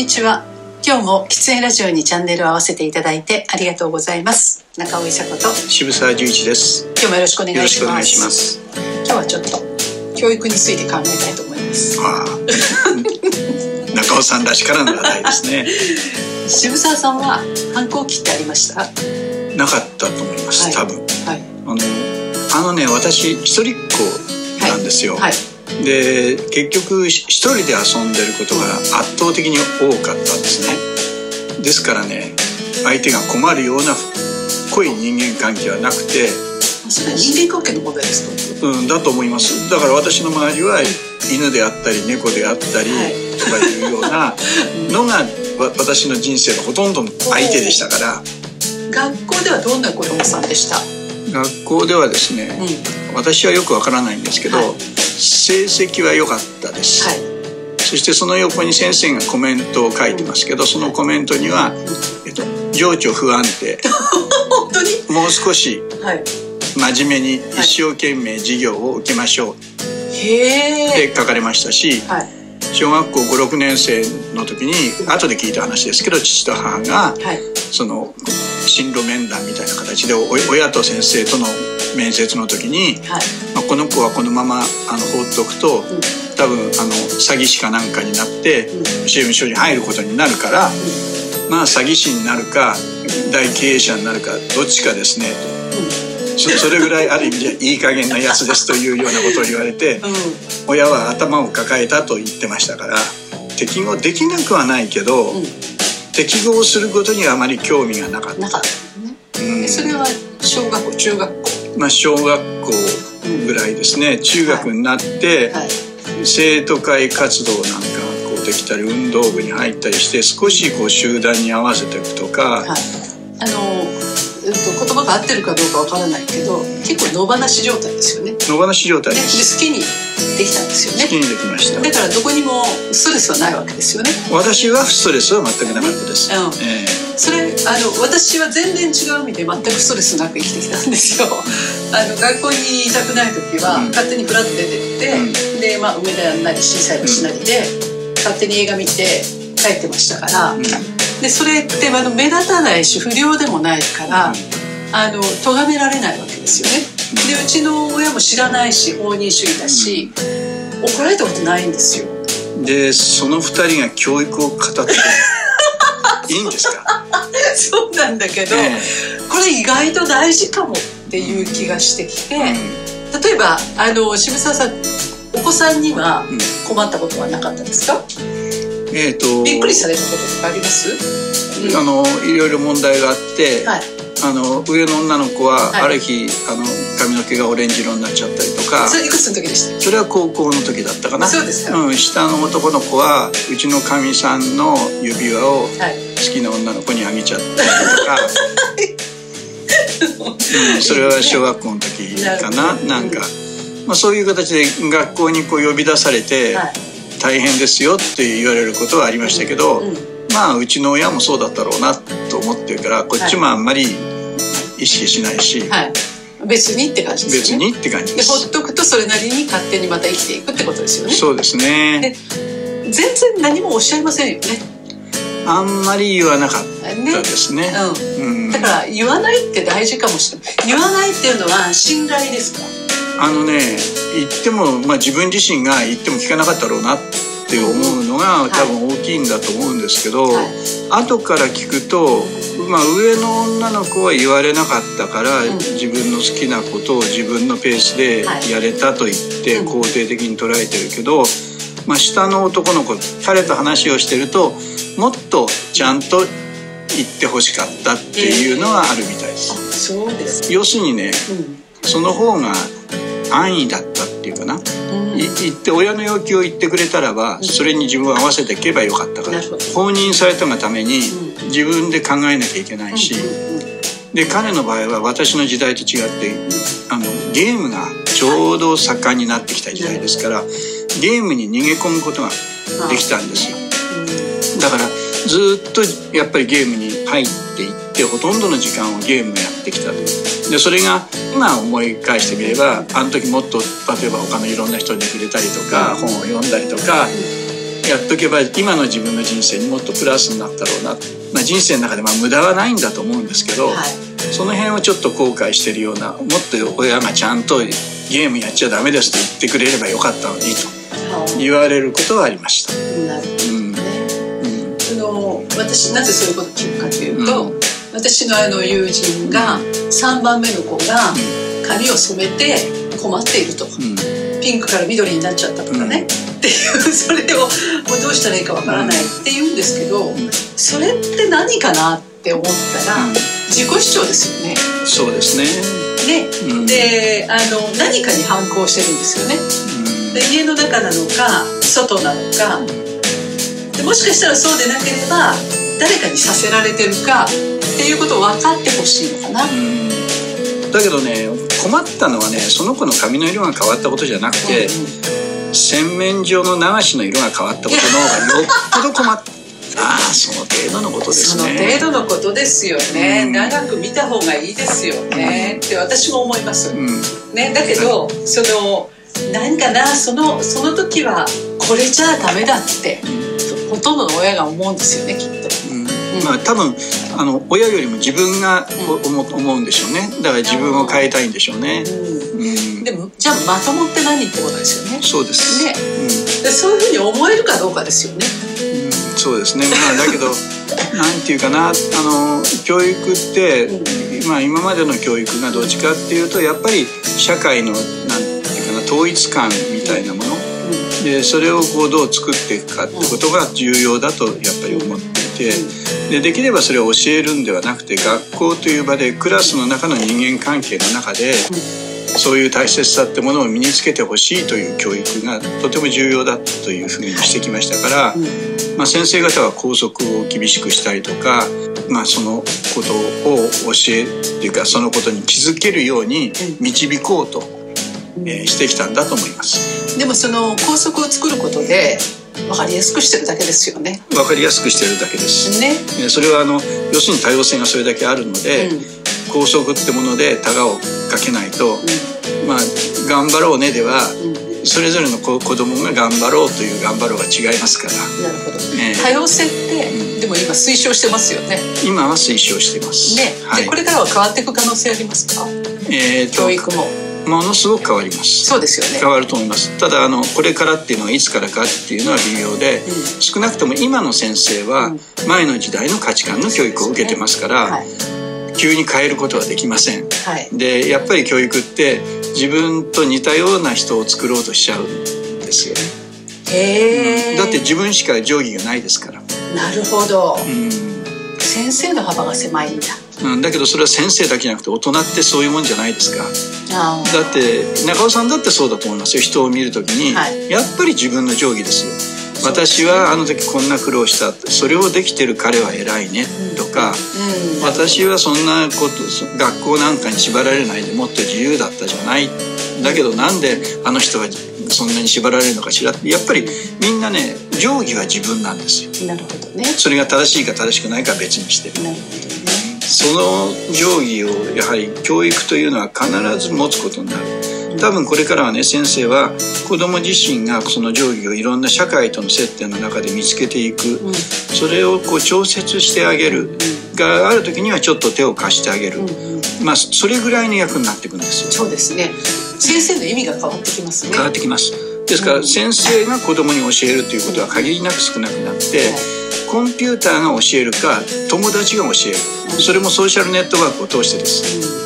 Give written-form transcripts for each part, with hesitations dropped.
にちは。今日も喫煙ラジオにチャンネルを合わせていただいてありがとうございます。中尾伊佐子と渋沢十一です。 今日もよろしくお願いします。 よろしくお願いします。 今日はちょっと教育について考えたいと思います。 中尾さんらしからぬ話題ですね。 渋沢さんは反抗期ってありました？ なかったと思います、多分。 はい、 私一人っ子なんですよ。はいで結局一人で遊んでることが圧倒的に多かったんですね。ですからね、相手が困るような濃い人間関係はなくて。 それは人間関係の問題ですか？ だと思います。だから私の周りは犬であったり猫であったりとかいうようなのが私の人生のほとんどの相手でしたから。 学校ではどんな子供さんでした？ 学校ではですね、私はよくわからないんですけど、成績は良かったです、そしてその横に先生がコメントを書いてますけど、そのコメントには、情緒不安定本当にもう少し真面目に一生懸命授業を受けましょうって書かれましたし、小学校5、6年生の時に後で聞いた話ですけど、父と母がその進路面談みたいな形で親と先生との面接の時に、この子はこのまま放っておくと多分詐欺師かなんかになって刑務所に入ることになるから、詐欺師になるか大経営者になるかどっちかですねと、それぐらいある意味じゃいい加減なやつですというようなことを言われて、親は頭を抱えたと言ってましたから、適合できなくはないけど、適合することにはあまり興味がなかった。 それは小学校中学校？ 小学校ぐらいですね。中学になって、生徒会活動なんかができたり運動部に入ったりして少し集団に合わせていくとか、 言葉が合ってるかどうかわからないけど結構野放し状態ですよね。 野放し状態です。 好きにできたんですよね。 好きにできました。 だからどこにもストレスはないわけですよね。 私はストレスは全くなかったです、 それ私は全然違う意味で全くストレスなく生きてきたんですよ。学校にいたくない時は勝手にフラッと出てって、で、梅田なり心斎橋なりで勝手に映画見て帰ってましたから、でそれって目立たないし不良でもないから咎められないわけですよね。でうちの親も知らないし放任主義だし、怒られたことないんですよ。 でその2人が教育を語っていいんですか？ そうなんだけど、これ意外と大事かもっていう気がしてきて、例えば渋沢さんお子さんには困ったことはなかったですか？びっくりされたこととかあります？ いろいろ問題があって、上の女の子はある日髪の毛がオレンジ色になっちゃったりとか。 それいくつの時でした？ それは高校の時だったかな。 そうですか。 下の男の子はうちのかみさんの指輪を好きな女の子にあげちゃったりとかそれは小学校の時かな。なんか、そういう形で学校に呼び出されて大変ですよって言われることはありましたけど、うちの親もそうだったろうなと思ってるから、こっちもあんまり意識しないし、 別にって感じですよね。 別にって感じです。 でほっとくとそれなりに勝手にまた生きていくってことですよね。 そうですね。 で全然何もおっしゃいませんよね。 あんまり言わなかったですね。 だから言わないって大事かもしれない。言わないっていうのは信頼ですか？ 言っても、自分自身が言っても聞かなかったろうなって思うのが多分大きいんだと思うんですけど、後から聞くと、上の女の子は言われなかったから、自分の好きなことを自分のペースでやれたと言って肯定的に捉えてるけど、下の男の子彼と話をしてるともっとちゃんと言ってほしかったっていうのがあるみたいです。 そうです。 要するにね、その方が安易だったっていうかな、言って親の要求を言ってくれたらばそれに自分を合わせていけばよかったから、放任されたがために自分で考えなきゃいけないし、で彼の場合は私の時代と違ってゲームがちょうど盛んになってきた時代ですから、ゲームに逃げ込むことができたんですよ。だからずっとやっぱりゲームに入っていってほとんどの時間をゲームをやってきたと。でそれが今思い返してみれば、あの時もっと例えば他のいろんな人に触れたりとか本を読んだりとかやっとけば今の自分の人生にもっとプラスになったろうな、人生の中で無駄はないんだと思うんですけど、その辺をちょっと後悔してるような、もっと親がちゃんとゲームやっちゃダメですと言ってくれればよかったのにと言われることはありました。 なるほどね。私なぜそういうことを聞くかというと、私の友人が3番目の子が髪を染めて困っていると、ピンクから緑になっちゃったとかね、っていう、それをもうどうしたらいいかわからないって言うんですけど、それって何かなって思ったら、自己主張ですよね。 そうですね。 で、何かに反抗してるんですよね。で、家の中なのか外なのかで、もしかしたらそうでなければ誰かにさせられてるかっていうことを分かってほしいのかな。 だけどね、困ったのはね、その子の髪の色が変わったことじゃなくて、洗面所の流しの色が変わったことの方がよっぽど困った。その程度のことですね。 その程度のことですよね。長く見た方がいいですよね、って私も思います、ね。だけど、何かな、その時はこれじゃダメだってほとんどの親が思うんですよね、きっと。 多分親よりも自分が思うんでしょうね。だから自分を変えたいんでしょうね。 でもじゃあまともって何ってことですよね。 そうですね。 でそういうふうに思えるかどうかですよね。 そうですね。だけどなんていうかな、教育って、今までの教育がどっちかっていうとやっぱり社会のなんていうかな、統一感みたいなもの、でそれをどう作っていくかってことが重要だとやっぱり思っていて、できればそれを教えるんではなくて、学校という場でクラスの中の人間関係の中でそういう大切さってものを身につけてほしいという教育がとても重要だというふうにしてきましたから、先生方は校則を厳しくしたりとか、そのことを教えっていうか、そのことに気づけるように導こうと、してきたんだと思います。 でもその校則を作ることで分かりやすくしてるだけですよね。 分かりやすくしてるだけですね。 それは要するに多様性がそれだけあるので、校則ってものでタガをかけないと、頑張ろうねでは、それぞれの子供が頑張ろうという頑張ろうが違いますから。なるほど、多様性って、でも今推奨してますよね。 今は推奨してますね。でこれからは変わっていく可能性ありますか？教育もものすごく変わります。 そうですよね。 変わると思います。ただこれからっていうのはいつからかっていうのは微妙で、少なくとも今の先生は前の時代の価値観の教育を受けてますから、急に変えることはできません。でやっぱり教育って自分と似たような人を作ろうとしちゃうんですよね。だって自分しか定規がないですから。 なるほど。先生の幅が狭いんだ。 だけどそれは先生だけじゃなくて大人ってそういうもんじゃないですか。だって中尾さんだってそうだと思いますよ。人を見るときに、やっぱり自分の定規ですよ。私はあの時こんな苦労した、それをできてる彼は偉いねとか、私はそんなこと学校なんかに縛られないでもっと自由だったじゃない、だけどなんであの人はそんなに縛られるのかしらって、やっぱりみんなね、定規は自分なんですよ。 なるほどね。 それが正しいか正しくないかは別にして、 なるほどね。 その定規をやはり教育というのは必ず持つことになる。多分これからはね、先生は子ども自身がその定規をいろんな社会との接点の中で見つけていく、それを調節してあげる、がある時にはちょっと手を貸してあげる、それぐらいの役になっていくんですよ。 そうですね。先生の意味が変わってきますね。 変わってきます。ですから先生が子どもに教えるということは限りなく少なくなって、コンピューターが教えるか友達が教える、それもソーシャルネットワークを通してです。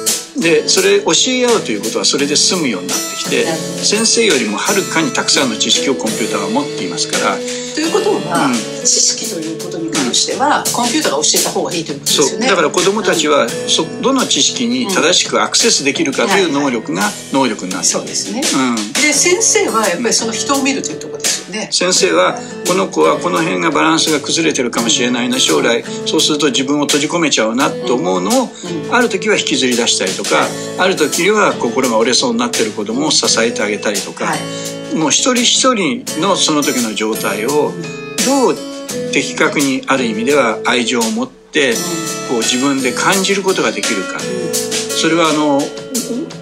でそれ教え合うということはそれで済むようになってきて、先生よりもはるかにたくさんの知識をコンピューターは持っていますから。 ということは、知識ということに関しては、コンピューターが教えた方がいいということですよね。 そうだから子どもたちは、どの知識に正しくアクセスできるかという能力が能力になっている。 そうですね。で先生はやっぱりその人を見るというところですよね。 先生はこの子はこの辺がバランスが崩れてるかもしれないな、将来そうすると自分を閉じ込めちゃうなと思うのを、ある時は引きずり出したりとか、ある時には心が折れそうになってる子どもを支えてあげたりとか、もう一人一人のその時の状態をどう的確にある意味では愛情を持って自分で感じることができるか、それは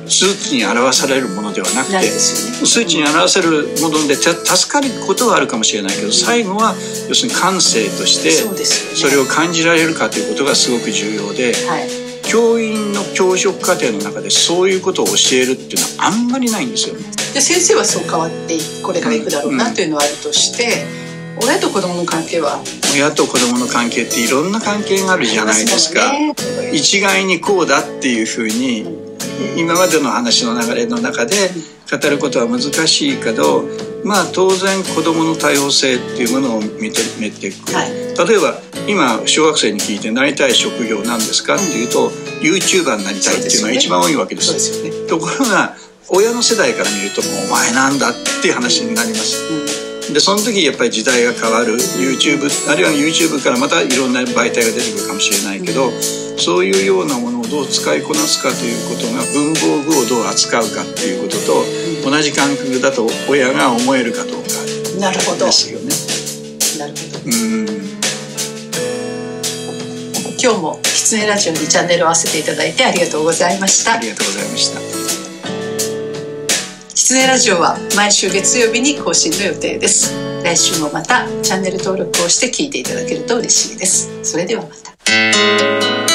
数値に表されるものではなくて、数値に表せるもので助かることはあるかもしれないけど、最後は要するに感性としてそれを感じられるかということがすごく重要で、教員の教職課程の中でそういうことを教えるっていうのはあんまりないんですよね。 で先生はそう変わってこれからいくだろうなというのはあるとして、親と子供の関係は、 親と子供の関係っていろんな関係があるじゃないですか。一概にこうだっていうふうに今までの話の流れの中で語ることは難しいけど、まあ当然子どもの多様性っていうものを認めていく、例えば今小学生に聞いてなりたい職業なんですかっていうと、YouTuber になりたいっていうのが一番多いわけですよ。ところが親の世代から見ると、もうお前なんだっていう話になります。でその時やっぱり時代が変わる YouTube あるいは YouTube からまたいろんな媒体が出てくるかもしれないけど、そういうようなものをどう使いこなすかということが、文房具をどう扱うかっていうことと同じ感覚だと親が思えるかどうかですよね。 なるほど。今日もきつねラジオにチャンネルを合わせていただいてありがとうございました。 ありがとうございました。 きつねラジオは毎週月曜日に更新の予定です。来週もまたチャンネル登録をして聞いていただけると嬉しいです。それではまた。